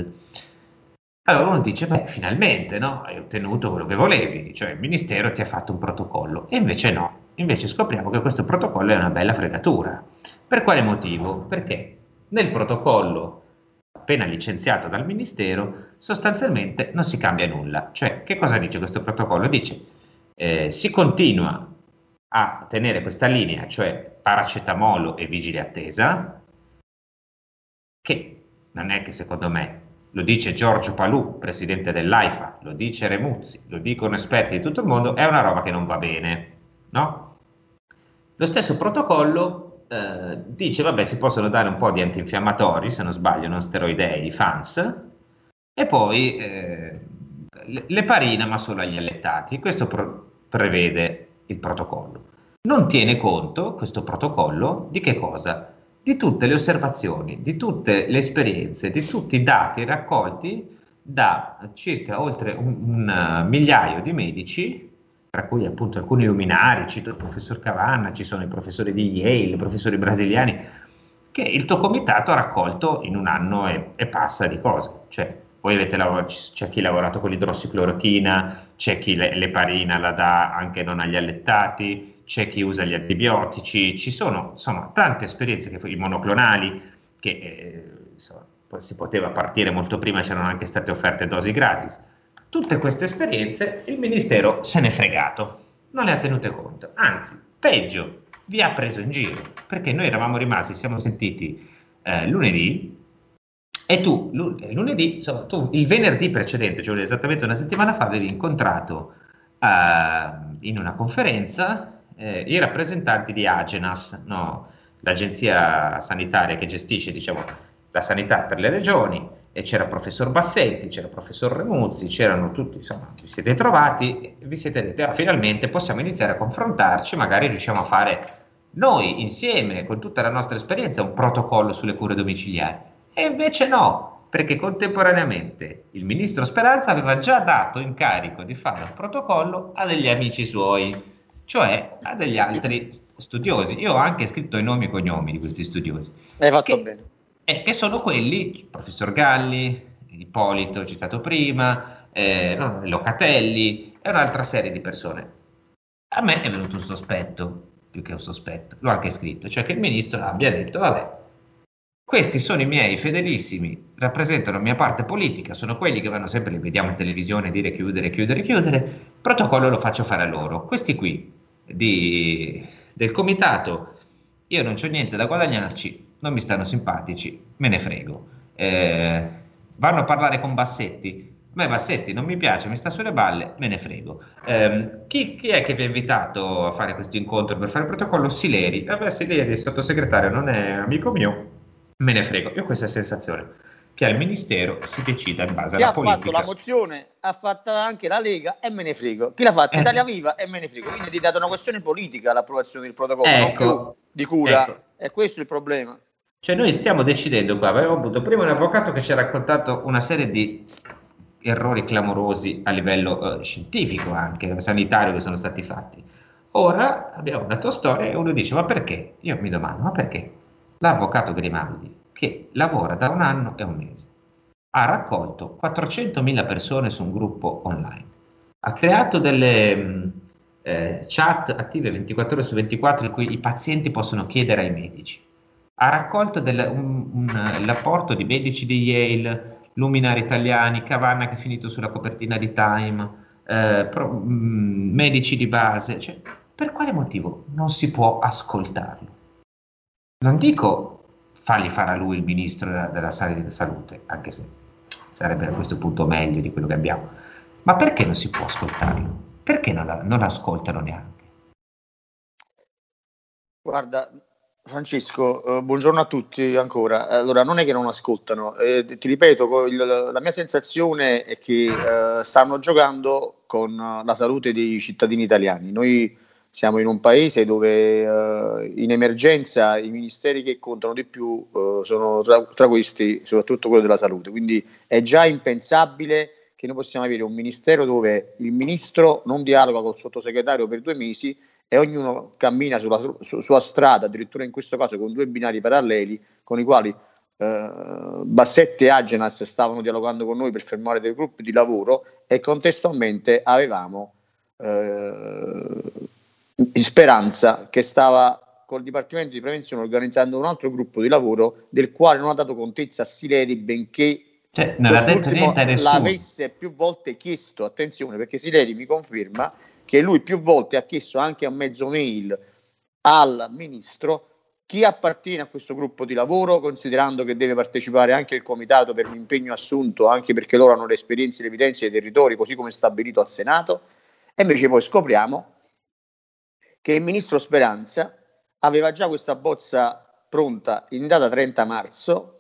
Allora uno dice, beh, finalmente, no? Hai ottenuto quello che volevi, cioè il Ministero ti ha fatto un protocollo, e invece no, invece scopriamo che questo protocollo è una bella fregatura. Per quale motivo? Perché nel protocollo appena licenziato dal Ministero sostanzialmente non si cambia nulla. Cioè, che cosa dice questo protocollo? Dice, eh, si continua a tenere questa linea, cioè paracetamolo e vigile attesa, che non è che secondo me, lo dice Giorgio Palù, presidente dell'AIFA, lo dice Remuzzi, lo dicono esperti di tutto il mondo, è una roba che non va bene, no? Lo stesso protocollo eh, dice vabbè, si possono dare un po' di antinfiammatori, se non sbaglio, non steroidei, F A N S, e poi eh, le, le parina, ma solo agli allettati. Questo pro- prevede il protocollo. Non tiene conto, questo protocollo, di che cosa? Di tutte le osservazioni, di tutte le esperienze, di tutti i dati raccolti da circa oltre un, un migliaio di medici, tra cui appunto alcuni luminari, cito il professor Cavanna, ci sono i professori di Yale, i professori brasiliani, che il tuo comitato ha raccolto in un anno e, e passa di cose. Cioè, voi avete lavorato, c'è chi ha lavorato con l'idrossiclorochina, c'è chi le, l'eparina la dà anche non agli allettati, c'è chi usa gli antibiotici, ci sono insomma tante esperienze, che i monoclonali, che eh, insomma, si poteva partire molto prima, c'erano anche state offerte dosi gratis. Tutte queste esperienze il Ministero se n'è fregato, non le ha tenute conto, anzi, peggio, vi ha preso in giro, perché noi eravamo rimasti, siamo sentiti eh, lunedì, e tu lunedì, insomma, tu il venerdì precedente, cioè esattamente una settimana fa, avevi incontrato eh, in una conferenza eh, i rappresentanti di Agenas, no? L'agenzia sanitaria che gestisce, diciamo, la sanità per le regioni, e c'era il professor Bassetti, c'era il professor Remuzzi, c'erano tutti, insomma, vi siete trovati e vi siete detti, ah, finalmente possiamo iniziare a confrontarci, magari riusciamo a fare noi insieme, con tutta la nostra esperienza, un protocollo sulle cure domiciliari. E invece no, perché contemporaneamente il ministro Speranza aveva già dato incarico di fare un protocollo a degli amici suoi, cioè a degli altri studiosi. Io ho anche scritto i nomi e cognomi di questi studiosi. Hai fatto che, bene. Eh, che sono quelli, il professor Galli, Ippolito citato prima, eh, no, Locatelli e un'altra serie di persone. A me è venuto un sospetto, più che un sospetto, l'ho anche scritto, cioè che il ministro abbia detto, vabbè, questi sono i miei fedelissimi, rappresentano la mia parte politica, sono quelli che vanno sempre, li vediamo in televisione, dire chiudere, chiudere, chiudere, il protocollo lo faccio fare a loro. Questi qui di, del comitato, io non c'ho niente da guadagnarci, non mi stanno simpatici, me ne frego. Eh, vanno a parlare con Bassetti, a me Bassetti non mi piace, mi sta sulle balle, me ne frego. Eh, chi, chi è che vi ha invitato a fare questo incontro per fare il protocollo? Sileri. Vabbè, Sileri, il sottosegretario, non è amico mio, me ne frego. Io ho questa sensazione che al Ministero si decida in base Chi alla ha politica. fatto la mozione ha fatto anche la Lega e me ne frego. Chi l'ha fatta? Eh. Italia Viva e me ne frego. Quindi è data una questione politica l'approvazione del protocollo, Ecco. non più di cura. Ecco. E questo è il problema. Cioè noi stiamo decidendo qua, avevamo avuto prima un avvocato che ci ha raccontato una serie di errori clamorosi a livello eh, scientifico, anche sanitario, che sono stati fatti. Ora abbiamo una tua storia e uno dice, ma perché? Io mi domando, ma perché? L'avvocato Grimaldi, che lavora da un anno e un mese, ha raccolto quattrocentomila persone su un gruppo online, ha creato delle mh, eh, chat attive ventiquattro ore su ventiquattro in cui i pazienti possono chiedere ai medici, ha raccolto del, un, un, l'apporto di medici di Yale, luminari italiani, Cavanna che è finito sulla copertina di Time, eh, pro, mh, medici di base, cioè, per quale motivo non si può ascoltarlo? Non dico fargli fare a lui il ministro della, della salute, anche se sarebbe a questo punto meglio di quello che abbiamo, ma perché non si può ascoltarlo? Perché non, la, non ascoltano neanche? Guarda Francesco, eh, buongiorno a tutti ancora. Allora, non è che non ascoltano, eh, ti ripeto, il, la mia sensazione è che eh, stanno giocando con la salute dei cittadini italiani. Noi siamo in un paese dove eh, in emergenza i ministeri che contano di più eh, sono tra, tra questi soprattutto quello della salute, quindi è già impensabile che noi possiamo avere un ministero dove il ministro non dialoga col sottosegretario per due mesi e ognuno cammina sulla su, sua strada, addirittura in questo caso con due binari paralleli con i quali eh, Bassetti e Agenas stavano dialogando con noi per fermare dei gruppi di lavoro e contestualmente avevamo eh, Speranza che stava col Dipartimento di Prevenzione organizzando un altro gruppo di lavoro del quale non ha dato contezza a Sileri, benché cioè, non ha detto niente a nessuno. L'avesse più volte chiesto, attenzione, perché Sileri mi conferma che lui più volte ha chiesto anche a mezzo mail al ministro chi appartiene a questo gruppo di lavoro, considerando che deve partecipare anche il comitato per l'impegno assunto, anche perché loro hanno le esperienze e le evidenze dei territori, così come stabilito al Senato. E invece poi scopriamo che il ministro Speranza aveva già questa bozza pronta in data trenta marzo,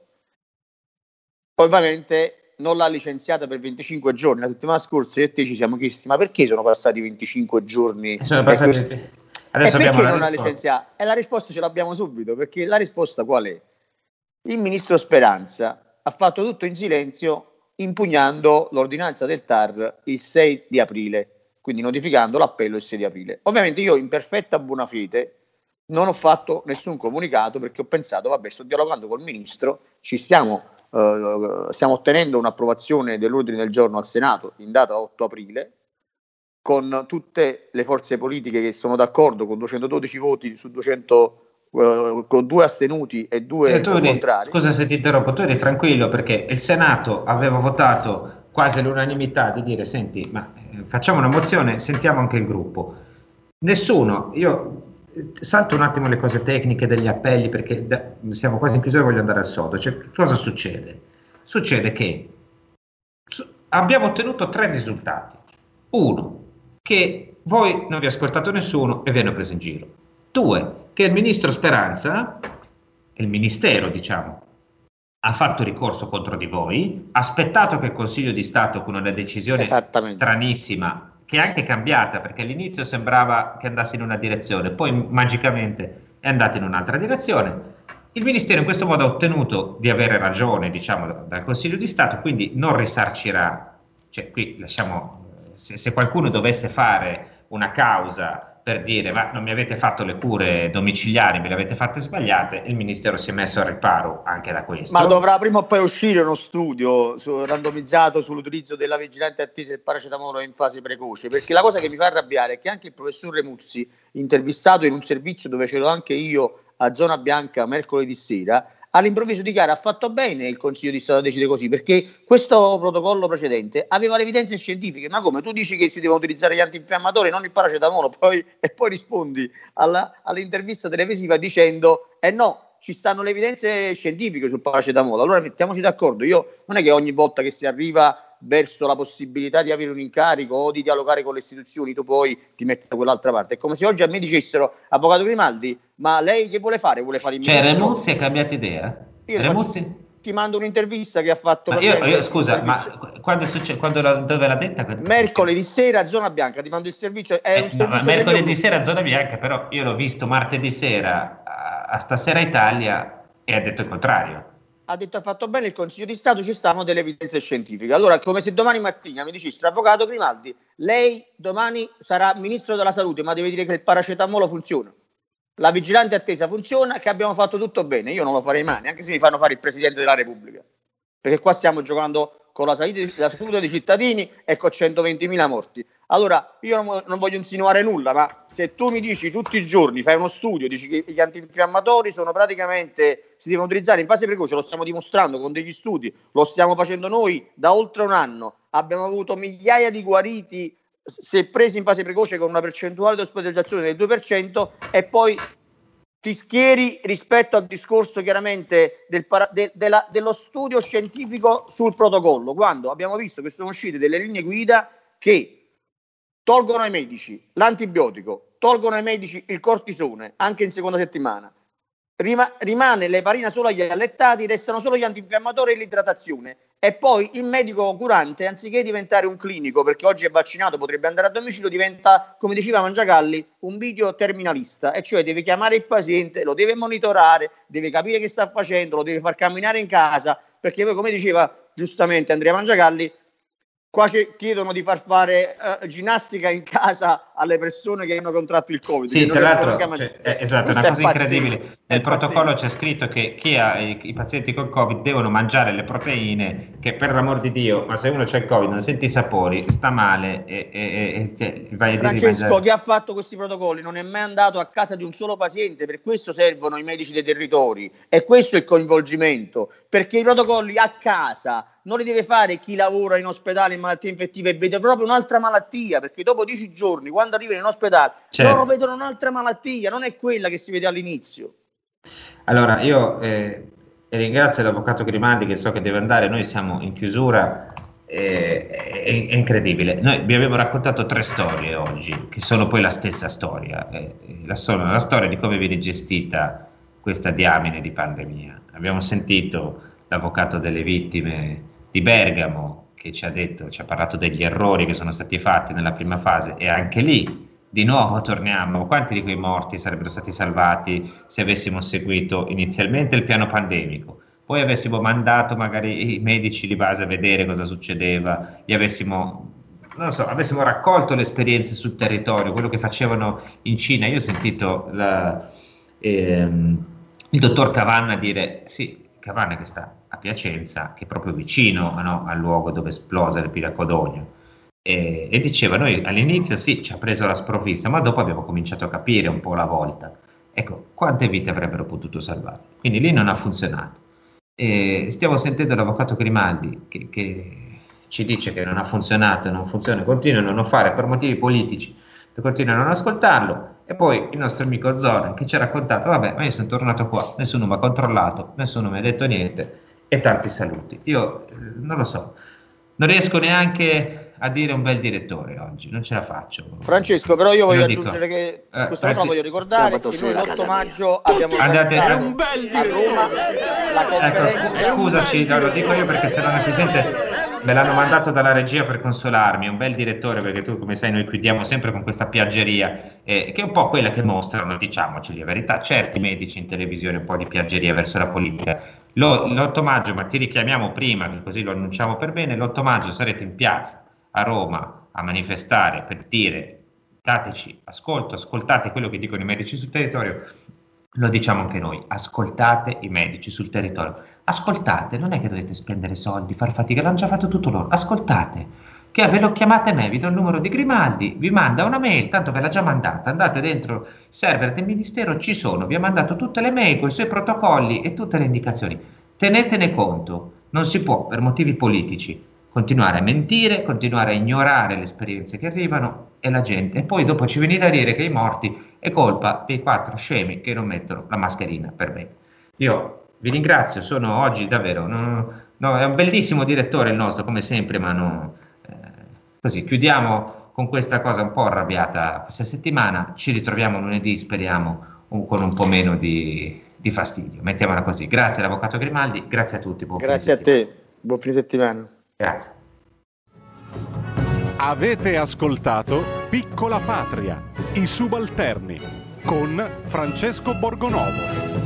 ovviamente non l'ha licenziata per venticinque giorni. La settimana scorsa io e te ci siamo chiesti: ma perché sono passati venticinque giorni? Sono passati... Questo... Adesso e perché non la l'ha licenziata? E la risposta ce l'abbiamo subito, perché la risposta qual è? Il ministro Speranza ha fatto tutto in silenzio, impugnando l'ordinanza del T A R il sei di aprile, quindi notificando l'appello il sei di aprile. Ovviamente io, in perfetta buona fede, non ho fatto nessun comunicato, perché ho pensato: vabbè, sto dialogando col ministro, ci stiamo, eh, stiamo ottenendo un'approvazione dell'ordine del giorno al Senato in data otto aprile, con tutte le forze politiche che sono d'accordo, con duecentododici voti su duecento, uh, con due astenuti e due eh, eri, contrari. Scusa se ti interrompo, tu eri tranquillo perché il Senato aveva votato quasi all'unanimità di dire: senti, ma eh, facciamo una mozione, sentiamo anche il gruppo. Nessuno, io salto un attimo le cose tecniche degli appelli, perché da, siamo quasi in chiusura e voglio andare al sodo. Cioè, cosa succede? Succede che su, abbiamo ottenuto tre risultati. Uno, che voi non vi ha ascoltato nessuno e vi hanno preso in giro. Due, che il ministro Speranza, il ministero diciamo, ha fatto ricorso contro di voi, ha aspettato che il Consiglio di Stato, con una decisione stranissima, che è anche cambiata, perché all'inizio sembrava che andasse in una direzione, poi magicamente è andato in un'altra direzione. Il Ministero in questo modo ha ottenuto di avere ragione, diciamo, dal Consiglio di Stato, quindi non risarcirà. Cioè, qui lasciamo, se, se qualcuno dovesse fare una causa per dire: ma non mi avete fatto le cure domiciliari, me le avete fatte sbagliate, il Ministero si è messo al riparo anche da questo. Ma dovrà prima o poi uscire uno studio su, randomizzato sull'utilizzo della vigilante attesa del paracetamolo in fase precoce, perché la cosa che mi fa arrabbiare è che anche il professor Remuzzi, intervistato in un servizio dove c'ero anche io a Zona Bianca mercoledì sera, all'improvviso dichiara: ha fatto bene il Consiglio di Stato a decidere così, perché questo protocollo precedente aveva le evidenze scientifiche. Ma come, tu dici che si devono utilizzare gli antinfiammatori, non il paracetamolo, poi, e poi rispondi alla, all'intervista televisiva dicendo: eh no, ci stanno le evidenze scientifiche sul paracetamolo. Allora mettiamoci d'accordo. Io non è che ogni volta che si arriva verso la possibilità di avere un incarico o di dialogare con le istituzioni tu poi ti metti da quell'altra parte. È come se oggi a me dicessero: avvocato Grimaldi, ma lei che vuole fare? Vuole fare il Cioè Remuzzi ha cambiato idea? Io Remuzzi... faccio, ti mando un'intervista che ha fatto ma io, io, scusa, ma quando è successo, quando la, dove l'ha detta? Mercoledì sera a Zona Bianca, ti mando il servizio, è eh, un no, servizio mercoledì sera a Zona Bianca, però io l'ho visto martedì sera a, a Stasera Italia e ha detto il contrario. Ha detto: ha fatto bene il Consiglio di Stato, ci stanno delle evidenze scientifiche. Allora, come se domani mattina mi dicessero: avvocato Grimaldi, lei domani sarà ministro della salute, ma deve dire che il paracetamolo funziona, la vigilante attesa funziona, che abbiamo fatto tutto bene. Io non lo farei mai, neanche se mi fanno fare il Presidente della Repubblica, perché qua stiamo giocando con la salute, la salute dei cittadini e con centoventimila morti. Allora, io non, non voglio insinuare nulla, ma se tu mi dici tutti i giorni, fai uno studio, dici che gli antinfiammatori sono praticamente, si devono utilizzare in fase precoce, lo stiamo dimostrando con degli studi, lo stiamo facendo noi da oltre un anno, abbiamo avuto migliaia di guariti se presi in fase precoce con una percentuale di ospedalizzazione del due per cento, e poi ti schieri rispetto al discorso chiaramente del para, de, de la, dello studio scientifico sul protocollo, quando abbiamo visto che sono uscite delle linee guida che tolgono ai medici l'antibiotico, tolgono ai medici il cortisone anche in seconda settimana, Rima, rimane l'eparina solo agli allettati, restano solo gli antinfiammatori e l'idratazione, e poi il medico curante, anziché diventare un clinico, perché oggi è vaccinato, potrebbe andare a domicilio, diventa, come diceva Mangiagalli, un video terminalista, e cioè deve chiamare il paziente, lo deve monitorare, deve capire che sta facendo, lo deve far camminare in casa, perché poi, come diceva giustamente Andrea Mangiagalli, qua ci chiedono di far fare uh, ginnastica in casa alle persone che hanno contratto il Covid. Sì, tra l'altro, cioè, eh, esatto, è una cosa incredibile. Nel protocollo c'è scritto che chi ha i, i pazienti con Covid devono mangiare le proteine, che per l'amor di Dio, ma se uno c'è il Covid non sente i sapori, sta male e, e, e, e vai a Francesco, chi ha fatto questi protocolli non è mai andato a casa di un solo paziente, per questo servono i medici dei territori, e questo è il coinvolgimento, perché i protocolli a casa non li deve fare chi lavora in ospedale in malattie infettive e vede proprio un'altra malattia, perché dopo dieci giorni, quando arrivano in ospedale, certo, loro vedono un'altra malattia, non è quella che si vede all'inizio. Allora, io eh, ringrazio l'avvocato Grimaldi, che so che deve andare, noi siamo in chiusura, è, è, è incredibile. Noi vi abbiamo raccontato tre storie oggi, che sono poi la stessa storia, eh, la, sono la storia di come viene gestita questa diamine di pandemia. Abbiamo sentito l'avvocato delle vittime di Bergamo che ci ha detto, ci ha parlato degli errori che sono stati fatti nella prima fase, e anche lì di nuovo torniamo, quanti di quei morti sarebbero stati salvati se avessimo seguito inizialmente il piano pandemico, poi avessimo mandato magari i medici di base a vedere cosa succedeva, gli avessimo, non lo so, avessimo raccolto le esperienze sul territorio, quello che facevano in Cina. Io ho sentito la, ehm, il dottor Cavanna dire, sì, Cavanna che sta a Piacenza, che è proprio vicino, no, al luogo dove esplose il piracodonio, e, e diceva, noi all'inizio sì, ci ha preso la sprovvista, ma dopo abbiamo cominciato a capire un po' la volta. Ecco, quante vite avrebbero potuto salvare? Quindi lì non ha funzionato. E stiamo sentendo l'avvocato Grimaldi che, che ci dice che non ha funzionato, non funziona, continuano a non fare per motivi politici, continuano a non ascoltarlo. E poi il nostro amico Zoran che ci ha raccontato, vabbè, ma io sono tornato qua, nessuno mi ha controllato, nessuno mi ha detto niente, e tanti saluti. Io eh, non lo so, non riesco neanche a dire un bel direttore oggi, non ce la faccio. Francesco, però io voglio dico. aggiungere che Eh, questa cosa eh, voglio ricordare che noi l'otto maggio abbiamo Andate- organizzato È un bel a Roma la Ecco, conferenza. scu- scusaci, no, lo dico io perché se no non si sente. Me l'hanno mandato dalla regia per consolarmi, è un bel direttore, perché tu, come sai, noi chiudiamo sempre con questa piaggeria, eh, che è un po' quella che mostrano, diciamoceli la verità, certi medici in televisione, un po' di piaggeria verso la politica. Lo- l'otto maggio, ma ti richiamiamo prima, che così lo annunciamo per bene, l'otto maggio sarete in piazza a Roma a manifestare per dire, dateci ascolto, ascoltate quello che dicono i medici sul territorio. Lo diciamo anche noi, ascoltate i medici sul territorio, ascoltate, non è che dovete spendere soldi, far fatica, l'hanno già fatto tutto loro, ascoltate, che ve lo chiamate me, vi do il numero di Grimaldi, vi manda una mail, tanto ve l'ha già mandata, andate dentro il server del ministero, ci sono, vi ha mandato tutte le mail con i suoi protocolli e tutte le indicazioni, tenetene conto, non si può per motivi politici continuare a mentire, continuare a ignorare le esperienze che arrivano e la gente, e poi dopo ci venite a dire che i morti è colpa dei quattro scemi che non mettono la mascherina per me. Io vi ringrazio, sono oggi davvero, no, no, è un bellissimo direttore il nostro come sempre, ma no, eh, così chiudiamo con questa cosa un po' arrabbiata questa settimana, ci ritroviamo lunedì, speriamo un, con un po' meno di, di fastidio, mettiamola così. Grazie all'avvocato Grimaldi, grazie a tutti, buon Grazie a te, buon fine settimana. Grazie. Avete ascoltato Piccola Patria, i subalterni, con Francesco Borgonovo.